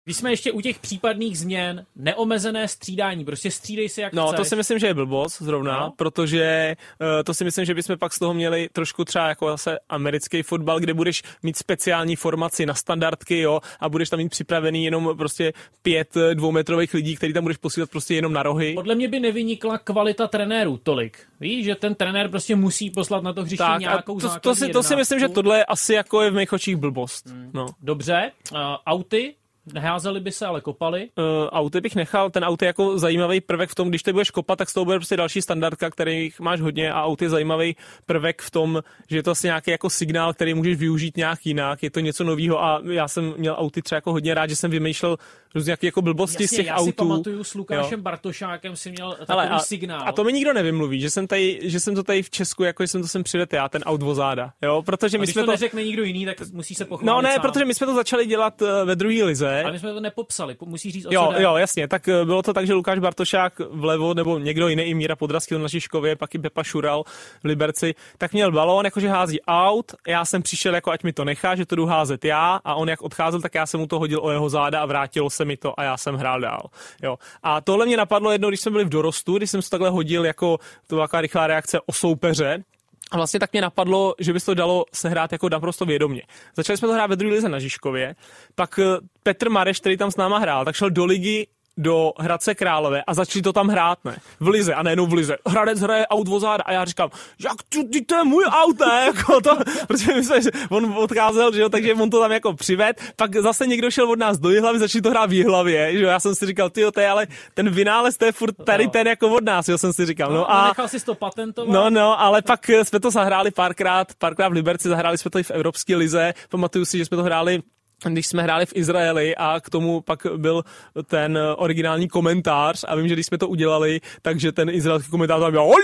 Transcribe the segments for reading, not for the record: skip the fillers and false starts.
Když jsme ještě u těch případných změn, neomezené střídání, prostě střídej si jak chceš. No, to si myslím, že je blbost zrovna, no. Protože to si myslím, že bychom pak z toho měli trošku třeba jako zase americký fotbal, kde budeš mít speciální formaci na standardky, jo, a budeš tam mít připravený jenom prostě 5 dvoumetrových lidí, který tam budeš posílat prostě jenom na rohy. Podle mě by nevynikla kvalita trenérů tolik. Víš, že ten trenér prostě musí poslat na to hřiště nějakou základní to si myslím, že tohle asi jako je v mých očích blbost. No. Dobře, auty neházeli by se, ale kopali. Auty bych nechal, ten auto je jako zajímavý prvek v tom, když ty budeš kopat, tak z toho bude prostě další standardka, kterých máš hodně a auto je zajímavý prvek v tom, že je to asi nějaký jako signál, který můžeš využít nějak jinak, je to něco novýho a já jsem měl auty třeba jako hodně rád, že jsem vymýšlel různě nějaké jako blbosti z těch autů. Já si pamatuju, s Lukášem Bartošákem si měl takový signál. A to mi nikdo nevymluví, že jsem to tady v Česku, jako že jsem to sem přivedl já, ten aut vozáda, jo, protože my jsme to neřekne nikdo jiný, tak musí se pochválit. No ne, sám. Protože my jsme to začali dělat ve druhé lize. Ale my jsme to nepopsali, musí říct o Jo, jasně, tak bylo to tak, že Lukáš Bartošák vlevo nebo někdo jiný, i Míra Podrazký na Žižkově, pak i Pepa Šural v Liberci, tak měl balón, jakože hází aut, já jsem přišel jako ať mi to nechá, že to jdu házet já a on jak odcházel, tak já jsem mu to hodil o jeho záda a vrátilo se mi to a já jsem hrál dál. Jo. A tohle mě napadlo jednou, když jsme byli v dorostu, když jsem to takhle hodil jako to byla taková rychlá reakce o soupeře. A vlastně tak mě napadlo, že by se to dalo sehrát jako naprosto vědomě. Začali jsme to hrát ve druhé lize na Žižkově, pak Petr Mareš, který tam s náma hrál, tak šel do ligy do Hradce Králové a začali to tam hrát, ne? V lize a nejenom v lize. Hradec hraje aut vozáda a já říkám, jak to je můj aut, ne? Jako to, protože myslím, že on odcházel, že jo, takže on to tam jako přived, pak zase někdo šel od nás do Jihlavy, začali to hrát v Jihlavě, že jo, já jsem si říkal, tyjo, to je ale ten vynález, to je furt tady ten jako od nás, jo, jsem si říkal. No a nechal si to patentovat. No, ale pak jsme to zahráli párkrát v Liberci, zahráli jsme to i v Evropské lize, pamatuju si, že jsme to hráli když jsme hráli v Izraeli a k tomu pak byl ten originální komentář a vím, že když jsme to udělali, takže ten izraelský komentář tam dělal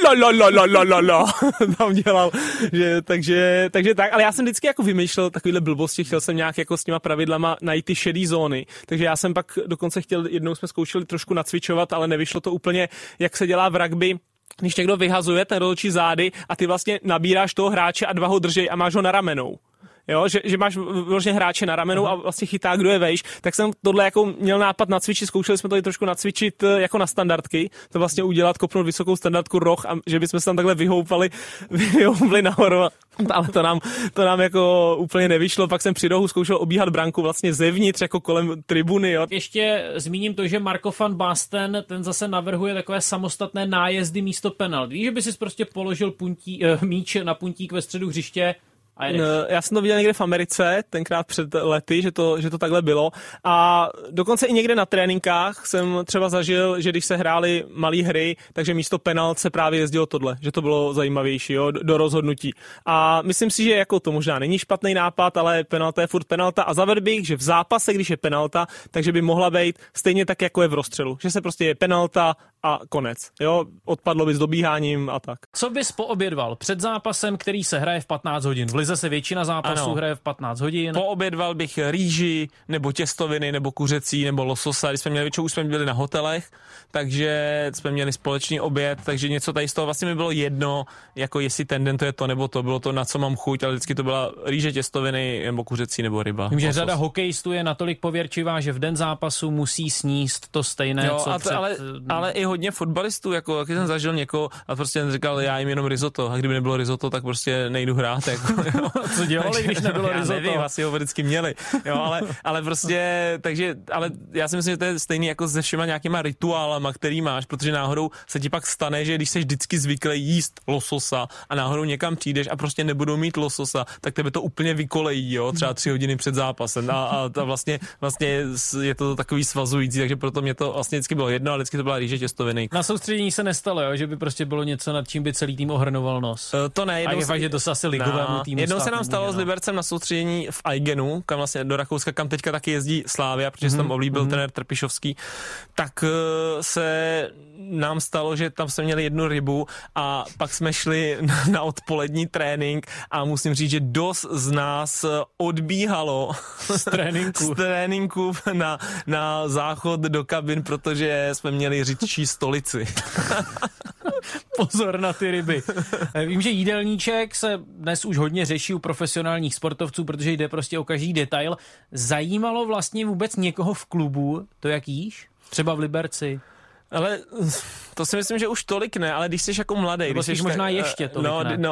tam dělal, že, takže tak, ale já jsem vždycky jako vymýšlel takovýhle blbosti, chtěl jsem nějak jako s těma pravidlama najít ty šedý zóny, takže já jsem pak dokonce chtěl, jednou jsme zkoušeli trošku nacvičovat, ale nevyšlo to úplně, jak se dělá v rugby, když někdo vyhazuje ten rozhodčí zády a ty vlastně nabíráš toho hráče a dva ho držej a máš ho na ramenou. Jo, že máš vlastně hráče na ramenou a vlastně chytá, kdo je vejš, tak jsem tohle jako měl nápad nacvičit, zkoušeli jsme to i trošku nacvičit jako na standardky, to vlastně udělat, kopnout vysokou standardku roh a že bychom se tam takhle vyhoupali nahoru, ale to nám jako úplně nevyšlo, pak jsem při rohu zkoušel obíhat branku vlastně zevnitř jako kolem tribuny, jo. Ještě zmíním to, že Marco van Basten, ten zase navrhuje takové samostatné nájezdy místo penalt. Víš, že by si prostě položil míč na puntík ve středu hřiště. Já jsem to viděl někde v Americe, tenkrát před lety, že to takhle bylo a dokonce i někde na tréninkách jsem třeba zažil, že když se hrály malé hry, takže místo penalt se právě jezdilo tohle, že to bylo zajímavější, jo, do rozhodnutí. A myslím si, že jako to možná není špatný nápad, ale penalta je furt penalta a zavedl bych, že v zápase, když je penalta, takže by mohla být stejně tak, jako je v rozstřelu, že se prostě je penalta a konec. Jo, odpadlo by s dobíháním a tak. Co bys poobědval před zápasem, který se hraje v 15 hodin? V lize se většina zápasů hraje v 15 hodin. Poobědval bych rýži, nebo těstoviny, nebo kuřecí, nebo lososa. Když jsme měli většinou, už jsme byli na hotelech, takže jsme měli společný oběd, takže něco tady z toho vlastně mi bylo jedno, jako jestli ten den to je to, nebo to, bylo to, na co mám chuť, ale vždycky to byla rýže, těstoviny, nebo kuřecí, nebo ryba. Vím, že řada hokejistů je natolik pověrčivá, že v den zápasu musí sníst to stejné, jo, co před... ale i hodně fotbalistů, jako jak jsem zažil někoho a prostě říkal, já jim jenom risotto, a kdyby nebylo risotto, tak prostě nejdu hrát, jako, jo. Co dělali, když nebylo risotto? Já nevím, asi ho vždycky měli, jo, ale prostě, takže, ale já si myslím, že to je stejný jako se všema nějakýma rituálama, který máš, protože náhodou se ti pak stane, že když jsi vždycky zvyklý jíst lososa a náhodou někam přijdeš a prostě nebudou mít lososa, tak tebe to úplně vykolejí, jo, třeba 3 hodiny před zápasem a vlastně je to takový svazující, takže proto mě to vlastně vždycky bylo jedno, ale vždycky to byla rýže, těstoviny. Na soustředění se nestalo, jo, že by prostě bylo něco, nad čím by celý tým ohrnoval nos. To ne, a je fakt, že to se asi ligovému týmu jednou se nám stalo s Libercem na soustředění v Aigenu, kam vlastně do Rakouska, kam teďka taky jezdí Slavia, protože se tam oblíbil trenér Trpišovský, tak se nám stalo, že tam jsme měli jednu rybu a pak jsme šli na odpolední trénink a musím říct, že dost z nás odbíhalo z tréninku na záchod do kabin, protože jsme měli řidčí stolici. Pozor na ty ryby. Vím, že jídelníček se dnes už hodně řeší u profesionálních sportovců, protože jde prostě o každý detail. Zajímalo vlastně vůbec někoho v klubu to, jak jíš? Třeba v Liberci? Ale to si myslím, že už tolik ne, ale když jsi jako mladý. Nebo jsi možná ještě tolik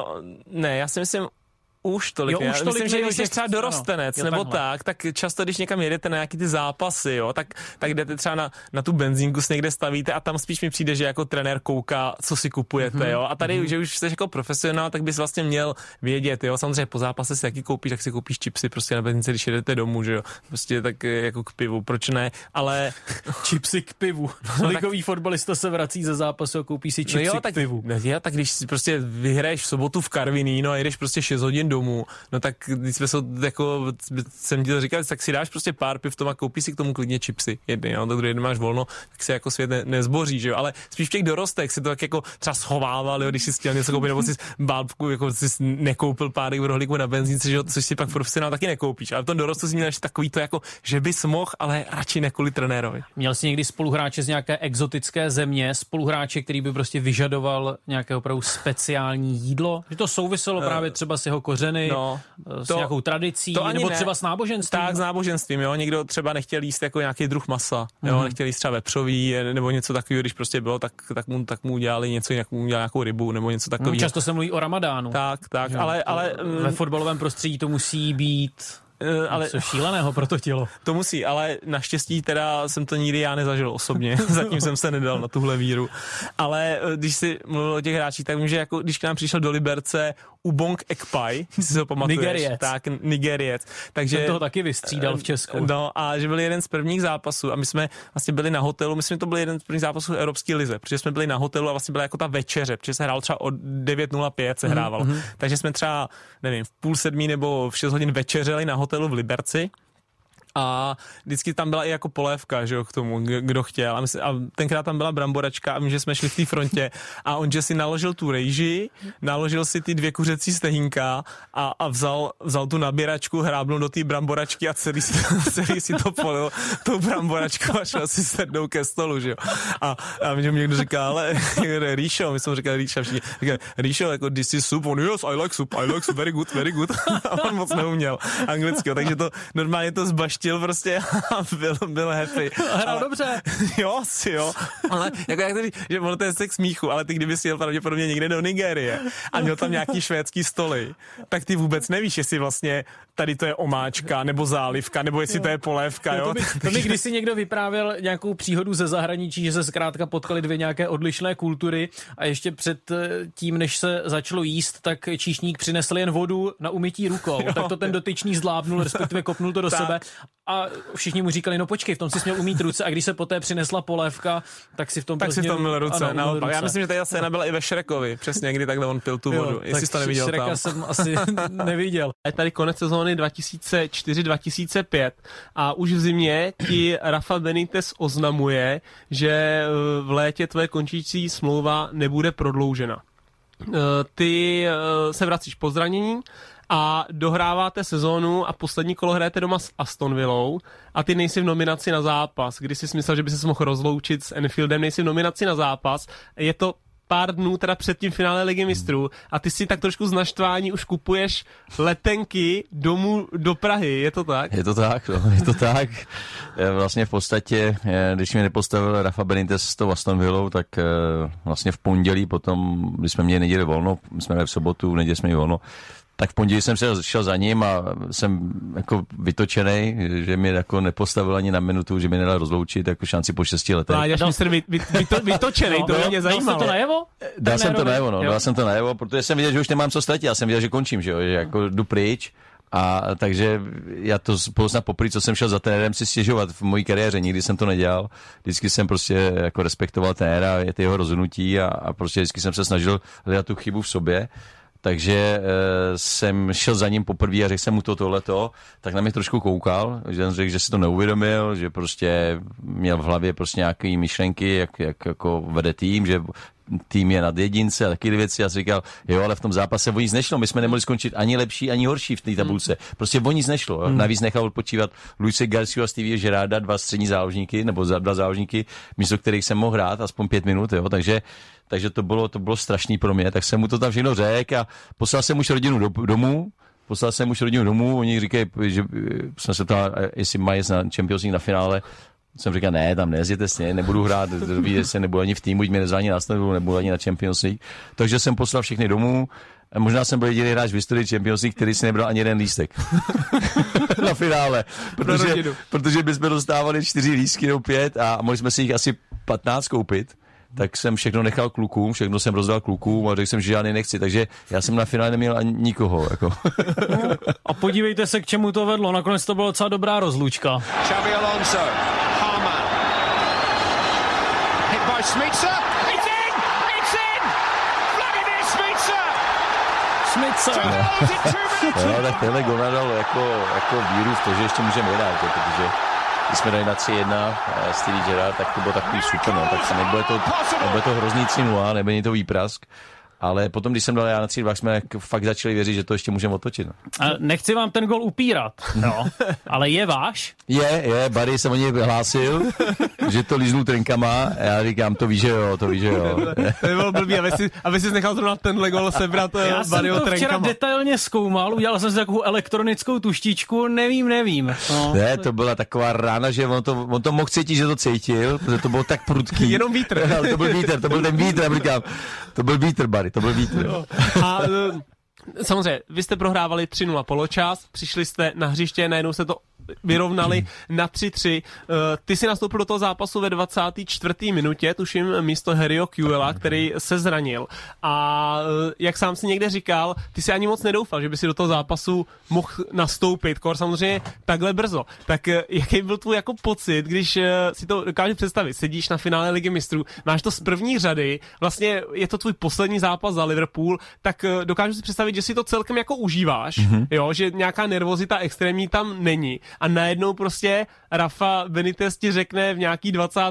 ne, já si myslím, už tolik. Jo, už tolik, myslím, že když jsi třeba dorostenec nebo tak často, když někam jedete na nějaký ty zápasy, jo, tak jdete třeba na tu benzínku, si někde stavíte a tam spíš mi přijde, že jako trenér kouká, co si kupujete, jo. A tady, že už jsi jako profesionál, tak bys vlastně měl vědět, jo. Samozřejmě po zápase si jaký koupíš, tak si koupíš chipsy prostě na benzínce, když jedete domů, že jo. Prostě tak jako k pivu, proč ne? Ale chipsy k pivu. Ligový fotbalista se vrací ze zápasu a koupí si chipsy k pivu. Jo, tak když si prostě vyhraješ v sobotu v Karviní, no a jdeš prostě 6 hodin domů, no tak když jsme jako, jsem ti to říkal, tak si dáš prostě pár piv tom a koupíš si k tomu klidně chipsy jedny, no, tak druhý den máš volno, tak si jako svět nezboří, že jo, ale spíš v těch dorostech si to tak jako třeba schovával, jo, když jsi chtěl něco koupit, nebo jsi bálbku, jako jsi nekoupil párek v rohlíku na benzínce, že jo, což si pak profesionál taky nekoupíš, ale v tom dorostu si měl ještě takový to jako, že bys mohl, ale radši ne kvůli trenérovi. Měl jsi někdy spoluhráče z nějaké exotické země, spoluhráče, který by prostě vyžadoval nějaké opravdu speciální jídlo, že to souviselo právě třeba s jeho kořeny, s nějakou tradicí, nebo třeba s náboženstvím? Tak, s náboženstvím, jo. Někdo třeba nechtěl jíst jako nějaký druh masa, jo, nechtěl jíst třeba vepřový, nebo něco takového, když prostě bylo, tak mu udělali něco, nějakou rybu, nebo něco takového. Často se mluví o Ramadánu. Tak, ale ve fotbalovém prostředí to musí být ale co šíleného pro to tělo. To musí, ale naštěstí teda jsem to nikdy já nezažil osobně. Zatím jsem se nedal na tuhle víru. Ale když si mluvil o těch hráčích, tak vím, že jako když k nám přišel do Liberce Ubong Ekpai, jestli si ho pamatuješ. Nigeriec. Tak, Nigeriec. Takže jsem toho taky vystřídal v Česku. No a že byl jeden z prvních zápasů a my jsme vlastně byli na hotelu, myslím, že to byl jeden z prvních zápasů Evropské lize, protože jsme byli na hotelu a vlastně byla jako ta večeře, protože se hrál třeba od 9:05 se hrávalo. Takže jsme třeba, nevím, v 6:30 nebo v 6 hodin večeřeli na hotelu v Liberci. A vždycky tam byla i jako polévka, že jo, k tomu, kdo chtěl. A tenkrát tam byla bramboračka a my, že jsme šli v té frontě a on, že si naložil tu rejži, naložil si ty 2 kuřecí stehínka a vzal tu nabíračku, hrábnul do té bramboračky a celý si to polil tou bramboračkou a šel si sednout ke stolu, že jo. A mě někdo říká, ale Ríšo, my jsme říkali Ríša všichni, Ríšo, jako this is soup, on yes, I like soup, very good. A on moc neuměl anglicky, takže to normálně to zbaštil prostě a byl happy. Hrál dobře. Jo, asi jo. Ale jako jak to říct, že ono to je se k smíchu, ale ty kdyby si jel pravděpodobně někde do Nigérie a měl tam nějaký švédský stoly, tak ty vůbec nevíš, jestli vlastně tady to je omáčka, nebo zálivka, nebo jestli to je polévka, jo. To mi kdysi někdo vyprávěl nějakou příhodu ze zahraničí, že se zkrátka potkali 2 nějaké odlišné kultury a ještě před tím, než se začalo jíst, tak číšník přinesl jen vodu na umytí rukou. Jo. Tak to ten dotyčný zlábnul, respektive kopnul to do sebe. A všichni mu říkali, no počkej, v tom si směl umýt ruce a když se poté přinesla polévka, tak si v tom měl ruce. Naopak. Já myslím, že ta scéna byla i ve Šrekovi, přesně kdy takhle on pil tu vodu. Jestli jsi to neviděl Šreka tam. jsem asi neviděl. Je tady konec sezóny 2004-2005 a už v zimě ti Rafa Benitez oznamuje, že v létě tvoje končící smlouva nebude prodloužena. Ty se vracíš po zranění a dohráváte sezónu a poslední kolo hrajete doma s Aston Villou a ty nejsi v nominaci na zápas. Když jsi myslel, že by se mohl rozloučit s Anfieldem, nejsi v nominaci na zápas. Je to pár dnů teda před tím finále Ligy mistrů a ty si tak trošku z naštvání už kupuješ letenky domů do Prahy, je to tak? Je to tak, no, je to tak. Vlastně v podstatě, když mě nepostavil Rafa Benitez s tou Aston Villou, tak vlastně v pondělí potom, když jsme měli neděli volno, my jsme měli v sobotu, v neděli jsme měli volno, tak v pondělí jsem se šel za ním a jsem jako vytočený, že mi jako nepostavil ani na minutu, že mi nedal rozloučit jako šanci po 6 letech. No, já jsem vytočený, to mě zajímalo. Dal to najevo? Dal jsem to najevo, protože jsem viděl, že už nemám co ztratit, já jsem viděl, že končím, že jako jdu pryč. A takže já to snad poprvé, co jsem šel za trenérem si stěžovat v mojí kariéře, nikdy jsem to nedělal. Vždycky jsem prostě jako respektoval trenéra, ty jeho rozhodnutí a prostě vždycky jsem se snažil hledat tu chybu v sobě. Takže jsem šel za ním poprvé a řekl jsem mu tohleto, tak na mě trošku koukal, že jsem řekl, že si to neuvědomil, že prostě měl v hlavě prostě nějaké myšlenky, jak jako vede tým, že tým je nad jedince a takové věci. Já si říkal, jo, ale v tom zápase o nic nešlo. My jsme nemohli skončit ani lepší, ani horší v té tabulce. Prostě o nic nešlo. Jo. Navíc nechal odpočívat Luise Garciu a Stevie Gerrarda, 2 střední záložníky, nebo 2 záložníky, místo kterých jsem mohl hrát aspoň 5 minut, jo. Takže to bylo strašný pro mě, tak jsem mu to tam všechno řekl a poslal jsem už rodinu domů, oni říkají, že jsme se ptali, jestli mají jet na Champions League na finále. Jsem říkal, ne, tam nejezděte s ně, nebudu hrát, se nebudu ani v týmu, buď mě nezvání na stanu, nebudu ani na Champions League. Takže jsem poslal všechny domů. A možná jsem byl jediný hráč v historii Champions League, který si nebral ani jeden lístek na finále. Protože bychom dostávali 4 lístky nebo 5 a mohli jsme si jich asi 15 koupit. Tak jsem všechno nechal klukům, všechno jsem rozdal klukům a řekl jsem, že žádný nechci, takže já jsem na finále neměl ani nikoho. Jako. A podívejte se, k čemu to vedlo, nakonec to byla docela dobrá rozlučka. Xabi Alonso, Harman, hit by Smicer, it's in, Vladimír Smicer. No, tak tenhle gol nadal jako víru v to, že ještě můžeme vyhrát, protože když jsme dali na 3-1 Stevie Gerrard, tak to bylo takový super, no, tak nebude to hrozný 3-0, nebude to výprask, ale potom, když jsem dal já na 3-2, jsme fakt začali věřit, že to ještě můžeme otočit. No. Nechci vám ten gol upírat, no, ale je váš? Je, Barry se o něj hlásil, že to líznul trenkama a já říkám, to víš, že jo. To bylo blbý, aby si nechal zrovna tenhle gol sebrat Barryho trenkama. Já jsem to včera detailně zkoumal, udělal jsem si takovou elektronickou tuštičku, nevím. No. Ne, to byla taková rána, že on to mohl cítit, že to cítil, protože to bylo tak prudký. Jenom vítr. To byl ten vítr, já říkám, to byl vítr, Barry, to byl vítr. No. A samozřejmě, vy jste prohrávali 3-0 poločas, přišli jste na hřiště, najednou se to vyrovnali na 3-3. Ty si nastoupil do toho zápasu ve 24. minutě, tuším místo Harryho Kewella, který se zranil. A jak sám si někde říkal, ty si ani moc nedoufal, že by si do toho zápasu mohl nastoupit, kor samozřejmě takhle brzo. Tak jaký byl tvůj jako pocit, když si to dokážeš představit, sedíš na finále Ligy mistrů, máš to z první řady, vlastně je to tvůj poslední zápas za Liverpool, tak dokážu si představit, že si to celkem jako užíváš, jo, že nějaká nervozita extrémní tam není. A najednou prostě Rafa Benitez ti řekne v nějaký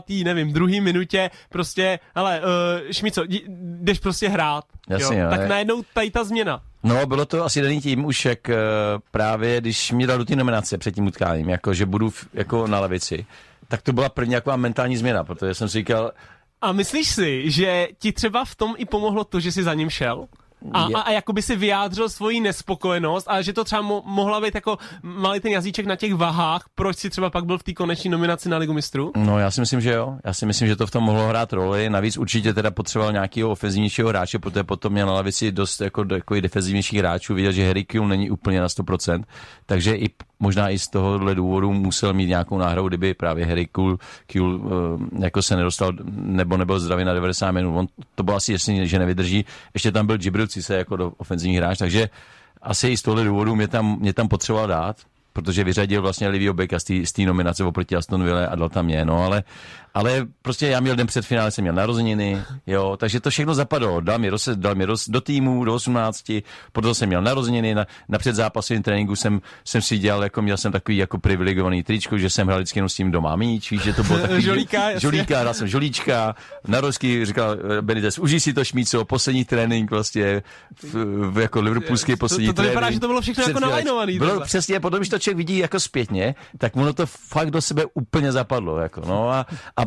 2. minutě prostě, hele, Šmico, jdeš prostě hrát. Jasně, jo. Tak najednou tady ta změna. No, bylo to asi daný tím už, jak právě, když mě dal do té nominace před tím utkáním, jako že budu jako na levici, tak to byla první nějaká mentální změna, protože jsem si říkal... A myslíš si, že ti třeba v tom i pomohlo to, že jsi za ním šel? A jakoby si vyjádřil svoji nespokojenost a že to třeba mohla být jako malý ten jazyček na těch vahách, proč si třeba pak byl v té koneční nominaci na Ligu mistrů? No, já si myslím, že jo. Já si myslím, že to v tom mohlo hrát roli. Navíc určitě teda potřeboval nějakého ofenzivnějšího hráče, protože potom měl na lavici dost jako defenzivnějších hráčů. Viděl, že Harry Kewell není úplně na 100%, takže i možná i z tohohle důvodu musel mít nějakou náhradu, kdyby právě Harry Kewell jako se nedostal nebo nebyl zdravý na 90 minut. On to bylo asi jasný, že nevydrží. Ještě tam byl Djibril Cissé jako do ofenzivní hráč, takže asi i z tohohle důvodu mě tam potřeboval dát, protože vyřadil vlastně Livio Becka z té nominace oproti Aston Ville a dal tam mě, no ale prostě já měl den před finále, jsem měl narozeniny, jo, takže to všechno zapadlo, dal mě do týmu, do 18, potom jsem měl narozeniny, na předzápasovém tréninku jsem si dělal, jako měl jsem takový jako privilegovaný tričko, že jsem hrál vždycky jenom s tím doma míč, víš, že to bylo takový žolíka, hrál jsem žolíčka, na rozky říkal Benitez, užij si to, Šmíco, poslední trénink vlastně, jako liverpoolský poslední to vypadá, že to bylo všechno jako nalajnovaný. Bylo přesně, potom, když to člověk vidí jako zpětně, tak ono to fakt do sebe úplně zapadlo, jako no a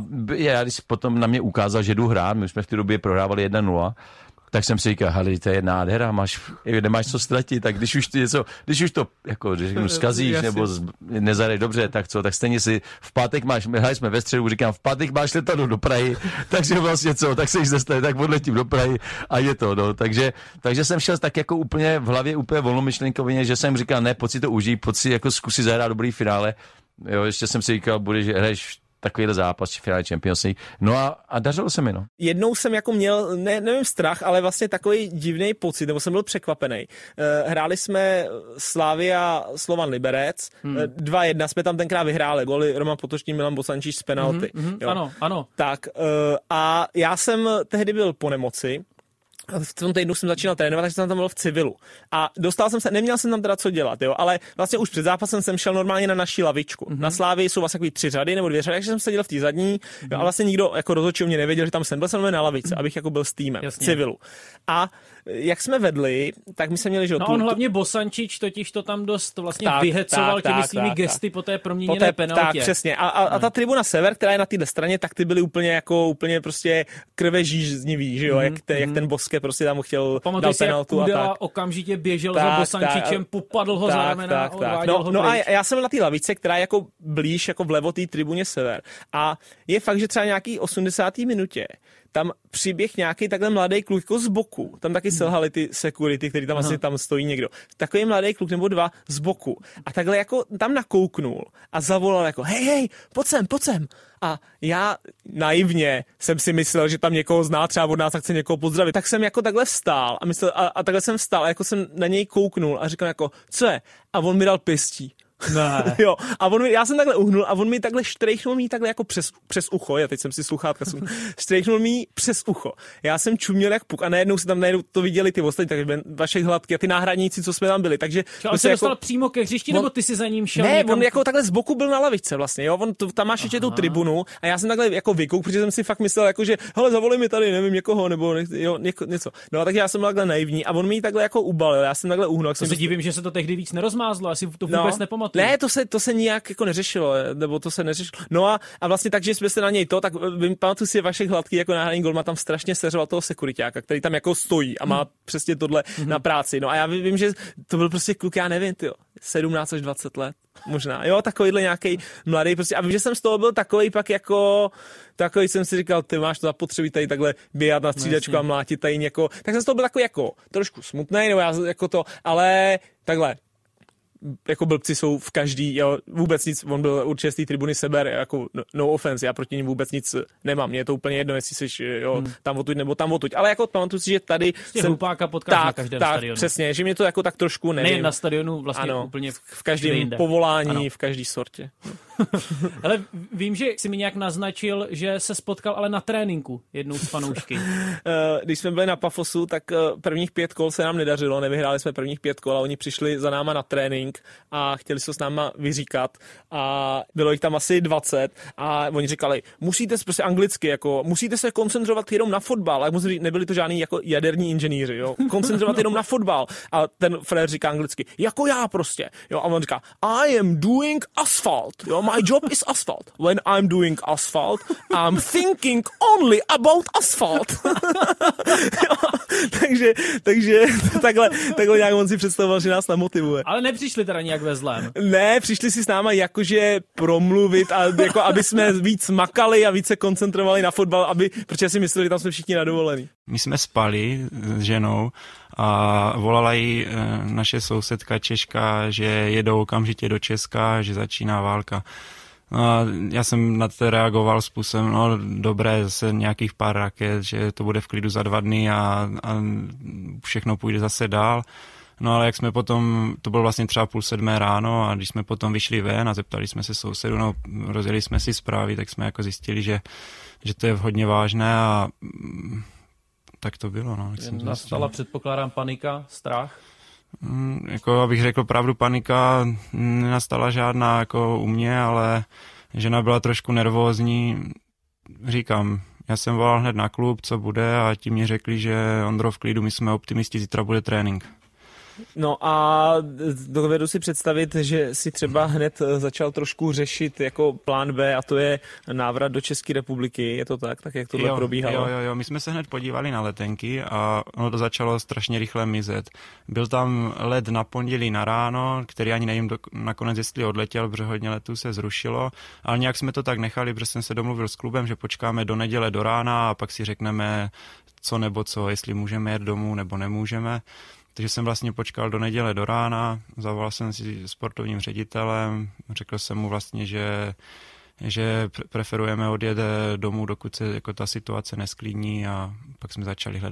já když potom na mě ukázal, že jdu hrát, my jsme v té době prohrávali 1-0, tak jsem si říkal, hele, to je nádhera, nemáš co ztratit, tak když už to jako zkazíš nebo nezahraješ dobře, tak co, tak stejně si v pátek hráli jsme ve středu, říkám, v pátek máš letadlo do Prahy, takže vlastně co, tak se již zastane, tak odletím do Prahy a je to, no, takže jsem šel tak jako úplně v hlavě úplně volnomyšlenkově, že jsem říkal, ne, pojď si to užij, pojď si jako zkusit zahrát dobrý finále, jo, ještě jsem si říkal, hraješ takovýhle zápas či finále Champions League. No a dařilo se mi, no. Jednou jsem jako měl, nevím strach, ale vlastně takový divný pocit, nebo jsem byl překvapený. Hráli jsme Slavia Slovan Liberec, 2-1 jsme tam tenkrát vyhráli, góly Roman Potočný, Milan Bosančič z penalty. Ano. Tak a já jsem tehdy byl po nemoci, v tom týdnu jsem začínal trénovat, takže jsem tam byl v civilu. A dostal jsem se, neměl jsem tam teda co dělat, jo, ale vlastně už před zápasem jsem šel normálně na naší lavičku. Na Slávii jsou vlastně 3 řady nebo 2 řady, takže jsem seděl v té zadní, jo, a vlastně nikdo jako rozhodčí mě nevěděl, že tam jsem byl na lavici, abych jako byl s týmem v civilu. A jak jsme vedli, tak my jsme měli, že on hlavně Bosančič totiž to tam dost vlastně vyhecoval těmi svými gesty po té proměněné penaltě. Tak, přesně. A ta tribuna Sever, která je na téhle straně, tak ty byly úplně prostě krve žíznivý, že jo, jak ten Boske prostě tam chtěl dal penaltu a tak. Okamžitě běžel za Bosančičem, popadl ho za ramena a odváděl ho pryč. A já jsem na té lavice, která je jako blíž, jako vlevo té tribuně Sever. A je fakt, že třeba nějaký 80. minutě tam přiběh nějaký takhle mladý kluk jako z boku. Tam taky selhali ty security, který tam asi tam stojí někdo. Takový mladý kluk nebo 2 z boku. A takhle jako tam nakouknul a zavolal jako hej, pojď sem. A já naivně jsem si myslel, že tam někoho zná, třeba od nás a chce někoho pozdravit. Tak jsem jako takhle vstál a takhle jsem vstál a jako jsem na něj kouknul a říkal jako, co je? A on mi dal pěstí. Ne. Jo, a já jsem takhle uhnul a on mi takhle štrejchnul mi takhle jako přes ucho, já teď jsem si sluchátka, štrejchnul mi přes ucho. Já jsem čuměl jak puk a najednou to viděli ty ostatní, takže vaše hladky a ty náhradníci, co jsme tam byli, takže... On se dostal přímo ke hřišti, nebo ty si za ním šel? Ne, on jako takhle z boku byl na lavičce vlastně, jo, tam máš ještě tu tribunu a já jsem takhle jako vykouk, protože jsem si fakt myslel jako, že hele, zavolej mi tady, nevím, někoho, nebo něco. No a tak já jsem byl takhle naivní a on mi takhle jako ubalil, já jsem takhle uhnul. To se divím, že se to tehdy víc nerozmázlo, asi to vůbec nepamatuju. Ne, to se nijak jako neřešilo, nebo to se neřešilo. No a vlastně tak, že jsme se na něj tak pamatuju si Vašek Hladký jako náhradní golman tam strašně seřoval toho sekuriťáka, který tam jako stojí a má přesně tohle na práci. No a já vím, že to byl prostě kluk, já nevím, 17 až 20 let. Možná, jo, takovýhle nějaký mladý prostě. A vím, že jsem z toho byl takový pak jako, takový jsem si říkal, ty máš to zapotřebí tady takhle běhat na střídačku a mlátit tady někoho. Tak jsem z toho byl takový jako trošku smutnej, nebo já jako to, ale takhle. Jako blbci jsou v každý, jo, vůbec nic, on byl určitě z té tribuny Seber, jako no offense, já proti ním vůbec nic nemám, mně je to úplně jedno, jestli jsi, jo, tam odtuď nebo tam odtuď, ale jako pamatuju si, že tady jsem hlupáka potkáš na každém stadionu. Přesně, že mě to jako tak trošku nevím. Nejen na stadionu, vlastně ano, úplně v každém povolání, ano. V každý sortě. Ale vím, že jsi mi nějak naznačil, že se spotkal ale na tréninku jednou s fanoušky. Když jsme byli na Pafosu, tak prvních 5 kol se nám nedařilo, nevyhráli jsme prvních 5 kol a oni přišli za náma na trénink a chtěli se s náma vyříkat a bylo jich tam asi 20 a oni říkali, musíte prostě anglicky, jako musíte se koncentrovat jenom na fotbal, ale nebyli to žádný jako jaderní inženýři, jo, koncentrovat jenom na fotbal a ten frér říká anglicky, jako já prostě, jo, a on říká, I am doing asphalt, jo, my job is asphalt. When I'm doing asphalt, I'm thinking only about asphalt. takže takhle nějak on si představoval, že nás namotivuje. Ale nepřišli teda nějak ve zlém. Ne, přišli si s náma jakože promluvit a jako aby jsme víc makali a více koncentrovali na fotbal, protože si mysleli, že tam jsme všichni na dovolený. My jsme spali s ženou a volala jí naše sousedka Češka, že jedou okamžitě do Česka, že začíná válka. No a já jsem na to reagoval způsobem, no dobré, zase nějakých pár raket, že to bude v klidu za 2 dny a všechno půjde zase dál. No ale jak jsme potom, to bylo vlastně třeba 6:30 ráno a když jsme potom vyšli ven a zeptali jsme se sousedů, no rozjeli jsme si zprávy, tak jsme jako zjistili, že to je hodně vážné a tak to bylo. No. Nastala, předpokládám, panika, strach? Jako abych řekl pravdu, panika nenastala žádná jako u mě, ale žena byla trošku nervózní. Říkám, já jsem volal hned na klub, co bude a ti mě řekli, že Ondro v klidu, my jsme optimisti, zítra bude trénink. No a dovedu si představit, že si třeba hned začal trošku řešit jako plán B a to je návrat do České republiky, je to tak? Tak jak tohle probíhalo? Jo, my jsme se hned podívali na letenky a ono to začalo strašně rychle mizet. Byl tam let na pondělí na ráno, který ani nevím nakonec, jestli odletěl, protože hodně letů se zrušilo, ale nějak jsme to tak nechali, protože jsem se domluvil s klubem, že počkáme do neděle do rána a pak si řekneme co nebo co, jestli můžeme jet domů nebo nemůžeme. Takže jsem vlastně počkal do neděle do rána, zavolal jsem si sportovním ředitelem, řekl jsem mu vlastně, že preferujeme odjet domů, dokud se jako ta situace nesklidní a pak jsme začali hledat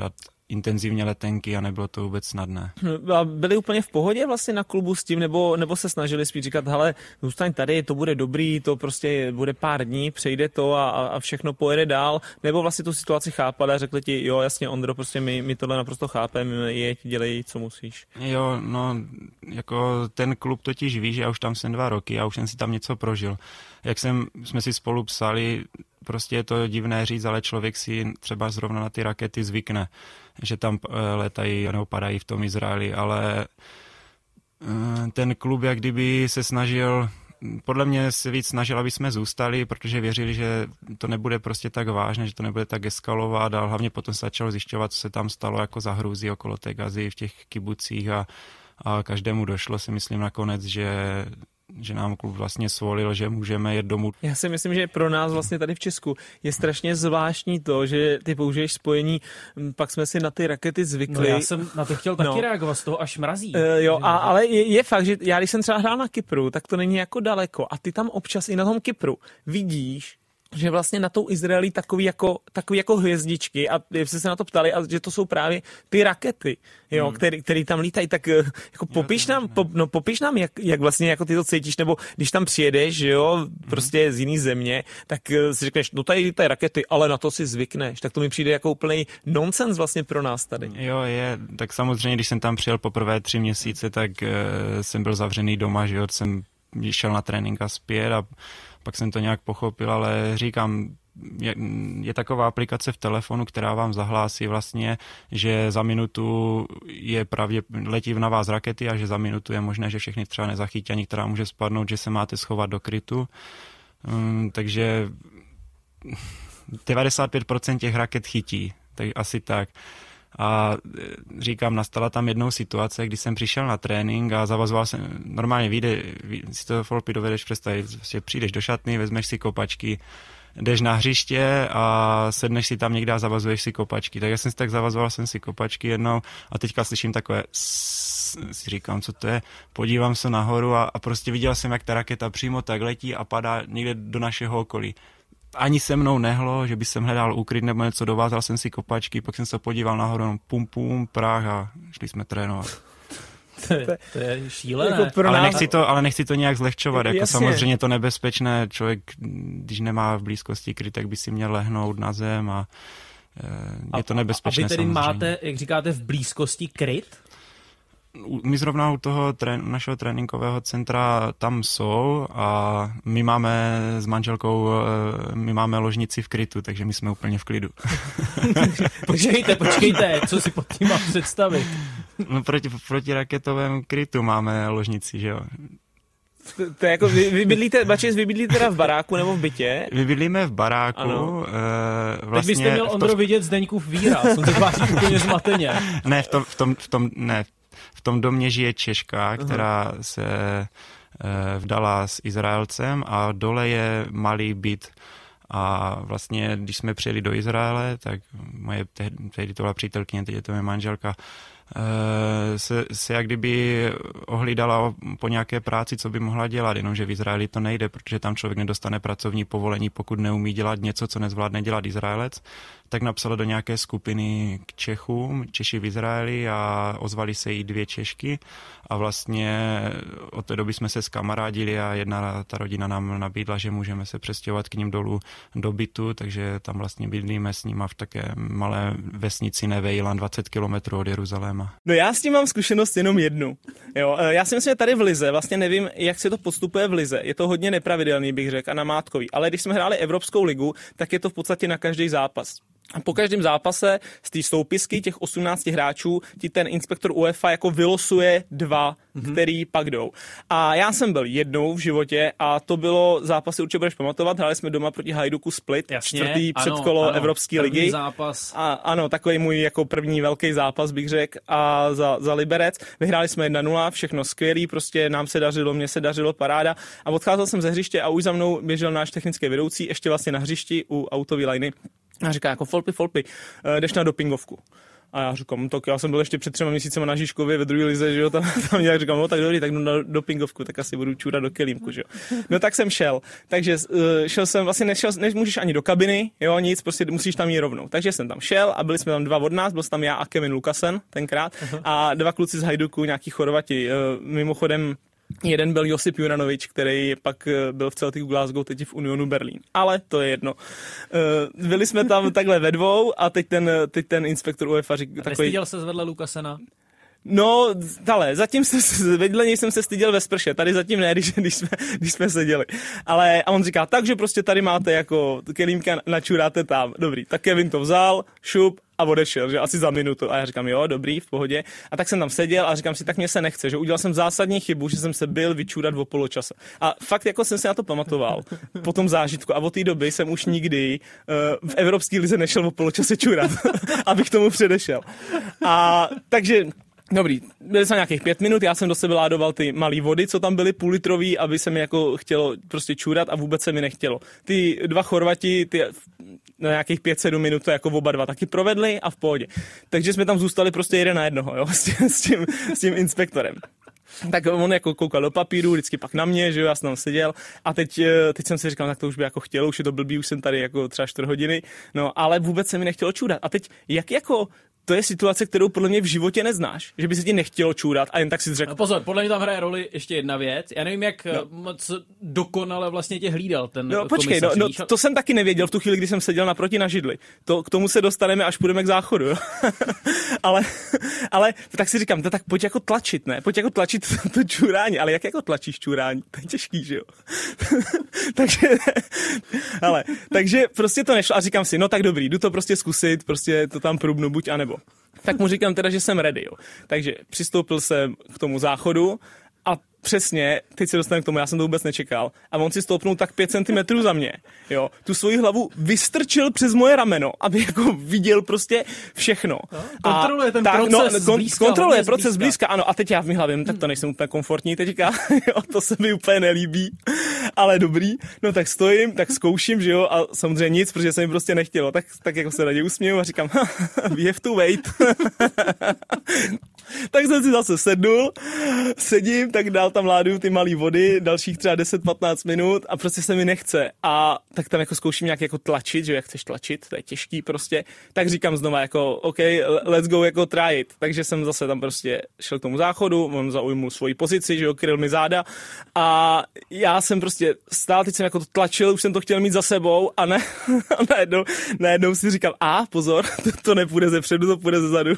intenzivně letenky a nebylo to vůbec snadné. A byli úplně v pohodě vlastně na klubu s tím, nebo se snažili spíš říkat, hele, zůstaň tady, to bude dobrý, to prostě bude pár dní, přejde to a všechno pojede dál, nebo vlastně tu situaci chápali a řekli ti, jo, jasně, Ondro, prostě my tohle naprosto chápeme, jeď, dělej, co musíš. Jo, no, jako ten klub totiž ví, že já už tam jsem 2 roky, já už jsem si tam něco prožil. Jak jsme si spolu psali, prostě je to divné říct, ale člověk si třeba zrovna na ty rakety zvykne, že tam letají nebo padají v tom Izraeli, ale ten klub jak kdyby se snažil, podle mě se víc snažil, aby jsme zůstali, protože věřili, že to nebude prostě tak vážné, že to nebude tak eskalovat a hlavně potom se začalo zjišťovat, co se tam stalo jako za hrůzy okolo té Gazy v těch kibucích a každému došlo, si myslím nakonec, že nám klub vlastně svolil, že můžeme jet domů. Já si myslím, že pro nás vlastně tady v Česku je strašně zvláštní to, že ty použiješ spojení, pak jsme si na ty rakety zvykli. No já jsem na to chtěl taky reagovat, z toho až mrazí. Ale je fakt, že já když jsem třeba hrál na Kypru, tak to není jako daleko a ty tam občas i na tom Kypru vidíš, že vlastně na tou Izraeli takový jako hvězdičky a jste se na to ptali, a že to jsou právě ty rakety, jo, který tam lítají, tak jako popiš nám, jak vlastně jako ty to cítíš, nebo když tam přijedeš, jo, prostě z jiný země, tak si řekneš, no tady lítají rakety, ale na to si zvykneš, tak to mi přijde jako úplný nonsens vlastně pro nás tady. Jo, tak samozřejmě, když jsem tam přijel poprvé 3 měsíce, tak jsem byl zavřený doma, že jo, jsem šel na trénink a zpět a pak jsem to nějak pochopil, ale říkám, je taková aplikace v telefonu, která vám zahlásí vlastně, že za minutu letí na vás rakety a že za minutu je možné, že všechny třeba nezachytí, ani která může spadnout, že se máte schovat do krytu. Takže 95% těch raket chytí, tak asi tak. A říkám, nastala tam jednou situace, kdy jsem přišel na trénink a zavazoval jsem, normálně si to Folpy dovedeš představit, že přijdeš do šatny, vezmeš si kopačky, jdeš na hřiště a sedneš si tam někde a zavazuješ si kopačky. Tak já jsem si tak zavazoval jsem si kopačky jednou a teďka slyším takové si říkám, co to je, podívám se nahoru a prostě viděl jsem, jak ta raketa přímo tak letí a padá někde do našeho okolí. Ani se mnou nehlo, že by jsem hledal úkryt nebo něco, dovázal jsem si kopačky, pak jsem se podíval nahoru, pum, prach a šli jsme trénovat. To je šílené. Jako ale nechci to nějak zlehčovat. Jako jasně. samozřejmě to nebezpečné. Člověk, když nemá v blízkosti kryt, tak by si měl lehnout na zem a je to nebezpečné. A vy tedy samozřejmě. máte, jak říkáte, v blízkosti kryt? My zrovna u toho našeho tréninkového centra tam jsou a my máme s manželkou, ložnici v krytu, takže my jsme úplně v klidu. Počkejte, co si pod tím mám představit? No proti raketovém krytu máme ložnici, že jo. To je jako, vy bydlíte teda v baráku nebo v bytě? My bydlíme v baráku. Vlastně tak byste měl, Ondro, vidět Zdeňkův výraz, on se tváří úplně zmateně. Ne, v tom domě žije Češka, která se vdala s Izraelcem a dole je malý byt. A vlastně, když jsme přijeli do Izraele, tak moje tehdy to byla přítelkyně, teď je to moje manželka, se jak kdyby ohlídala po nějaké práci, co by mohla dělat, jenomže v Izraeli to nejde, protože tam člověk nedostane pracovní povolení, pokud neumí dělat něco, co nezvládne dělat Izraelec, tak napsala do nějaké skupiny k Čechům, Češi v Izraeli a ozvali se jí 2 Češky a vlastně od té doby jsme se zkamarádili a ta rodina nám nabídla, že můžeme se přestěhovat k ním dolů do bytu, takže tam vlastně bydlíme s nima v také malé vesnici Nevejlan, 20 kilometrů od Jeruzaléma. No já s tím mám zkušenost jenom jednu. Jo, já si myslím, že tady v lize, vlastně nevím, jak se to postupuje v lize, je to hodně nepravidelný, bych řekl, a namátkový, ale když jsme hráli Evropskou ligu, tak je to v podstatě na každý zápas. A po každém zápase z té soupisky těch 18 hráčů ti ten inspektor UEFA jako vylosuje 2, který pak jdou. A já jsem byl jednou v životě a to bylo zápasy, určitě budeš pamatovat, hráli jsme doma proti Hajduku Split, jasně, 4. předkolo Evropské ligy. Zápas. A ano, takový můj jako první velký zápas, bych řekl, a za Liberec. Vyhráli jsme 1-0, všechno skvělý, prostě nám se dařilo, mně se dařilo, paráda. A odcházel jsem ze hřiště a už za mnou běžel náš technický vedoucí, ještě vlastně na hřišti u autoví lajny. A říká jako Folpy, jdeš na dopingovku. A já říkám, tak já jsem byl ještě před 3 měsícemi na Žižkově ve druhé lize, že jo, tam nějak říkám, no tak dobrý, tak jdu na dopingovku, tak asi budu čůrat do kelímku, že jo. No tak jsem šel, takže šel jsem, vlastně nemůžeš ani do kabiny, jo, nic, prostě musíš tam jít rovnou. Takže jsem tam šel a byli jsme tam 2 od nás, byl jsem tam já a Kevin Lukasen tenkrát a 2 kluci z Hajduku, nějaký Chorvati, mimochodem. Jeden byl Josip Juranovič, který pak byl v Celticu Glasgow, teď v Unionu Berlín. Ale to je jedno. Byli jsme tam takhle ve 2 a teď ten inspektor UEFA říká takový... Nestyděl se vedle Lukasena? No, ale zatím vedle něj jsem se styděl ve sprše, tady zatím ne, když jsme seděli. Ale a on říká, takže prostě tady máte jako kelímka, načuráte tam. Dobrý, tak Kevin to vzal, šup a odešel, že asi za minutu. A já říkám, jo, dobrý, v pohodě. A tak jsem tam seděl a říkám si, tak mě se nechce, že udělal jsem zásadní chybu, že jsem se byl vyčůrat o poločase. A fakt jako jsem se na to pamatoval po tom zážitku a od té doby jsem už nikdy v Evropské lize nešel o poločase čurat, abych tomu předešel. A takže dobrý, byli jsme nějakých 5 minut, já jsem do sebe ládoval ty malé vody, co tam byly, půllitrový, aby se mi jako chtělo prostě čůrat a vůbec se mi nechtělo. Ty 2 Chorvati, ty na nějakých 5-7 minut to jako oba 2 taky provedli a v pohodě. Takže jsme tam zůstali prostě 1 na 1, jo, s tím inspektorem. Tak on jako koukal do papíru, vždycky pak na mě, že jo, já jsem tam seděl a teď jsem si říkal, tak to už by jako chtělo, už je to blbý, už jsem tady jako třeba 4 hodiny, no ale vůbec se mi nechtělo čůrat. A teď jak jako to je situace, kterou podle mě v životě neznáš, že by se ti nechtělo čůrat a jen tak si řekl. No pozor, podle mě tam hraje roli ještě jedna věc. Já nevím, jak moc dokonale vlastně tě hlídal ten počkej, to jsem taky nevěděl v tu chvíli, kdy jsem seděl naproti na židli. K tomu se dostaneme, až půjdeme k záchodu. Jo? ale tak si říkám, tak pojď jako tlačit, ne? Pojď jako tlačit to čurání, ale jak jako tlačíš čurání? To je těžký, že jo? takže prostě to nešlo a říkám si, no tak dobrý, jdu to prostě zkusit, prostě to tam průbnu buď a nebo. Tak mu říkám teda, že jsem ready, jo. Takže přistoupil jsem k tomu záchodu a přesně, teď se dostanu k tomu, já jsem to vůbec nečekal. A on si stoupnul tak 5 cm za mě, jo. Tu svoji hlavu vystrčil přes moje rameno, aby jako viděl prostě všechno. Kontroluje ten proces blízka. Kontroluje proces blízka, ano. A teď já v mý hlavě, tak to nejsem úplně komfortní teďka, jo, to se mi úplně nelíbí, ale dobrý. No tak stojím, tak zkouším, že jo, a samozřejmě nic, protože se mi prostě nechtělo. Tak jako se raději usměju a říkám, we have to wait. Tak jsem si zase sedím, tak dál tam láduju ty malý vody, dalších třeba 10-15 minut a prostě se mi nechce. A tak tam jako zkouším nějak jako tlačit, že jak chceš tlačit, to je těžký prostě. Tak říkám znova jako OK, let's go jako try it. Takže jsem zase tam prostě šel k tomu záchodu, on zaujmul svoji pozici, že jo, kryl mi záda a já jsem prostě stál, teď jsem jako to tlačil, už jsem to chtěl mít za sebou a ne, najednou si říkám, pozor, to nepůjde ze předu, to půjde ze zadu.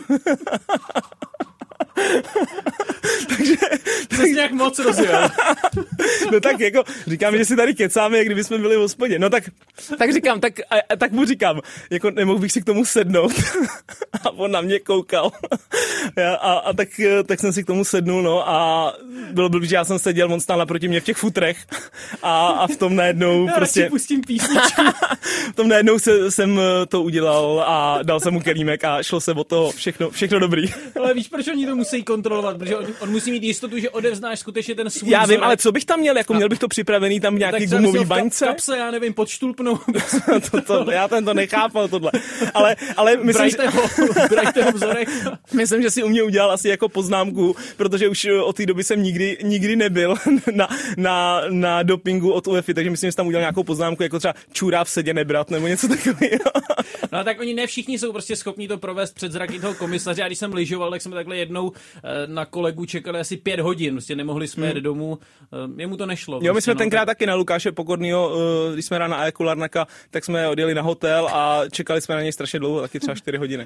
takže nějak moc rozjel. No tak jako říkám, že si tady kecáme, jak kdyby jsme byli v hospodě. No tak říkám, tak mu říkám, jako nemohl bych si k tomu sednout. A on na mě koukal. A tak jsem si k tomu sednul, no a bylo blbý, že já jsem seděl, on stál naproti mě v těch futrech a v tom najednou prostě... Já pustím písničku. V tom najednou jsem to udělal a dal jsem mu kelímek a šlo se o to všechno dobrý. Ale víš, proč oni to musí kontrolovat? Protože on musí mít jistotu, že odevznáš skutečně ten svůj Já vím, vzorek. Ale co bych tam měl? Jako měl bych to připravený tam v nějaký gumový baňce? Kapse, já nevím, pod štulpnou. Já to nechápal tohle. Ale myslím, Brajte ho vzorek. Myslím, že si u mě udělal asi jako poznámku, protože už od té doby jsem nikdy nebyl na dopingu od UEFA, takže myslím, že jsem tam udělal nějakou poznámku, jako třeba čůra v sedě nebrat, nebo něco takového. No tak oni ne všichni jsou prostě schopní to provést před zraky toho komisaře. A když jsem lyžoval, tak jsme takhle jednou na kolegu čekali asi 5 hodin. Prostě nemohli jsme jet domů. Jemu to nešlo. Jo, my jsme tenkrát taky na Lukáše Pokornýho, když jsme hráli na Aeku Larnaka, tak jsme odjeli na hotel a čekali jsme na něj strašně dlouho, taky třeba 4 hodiny.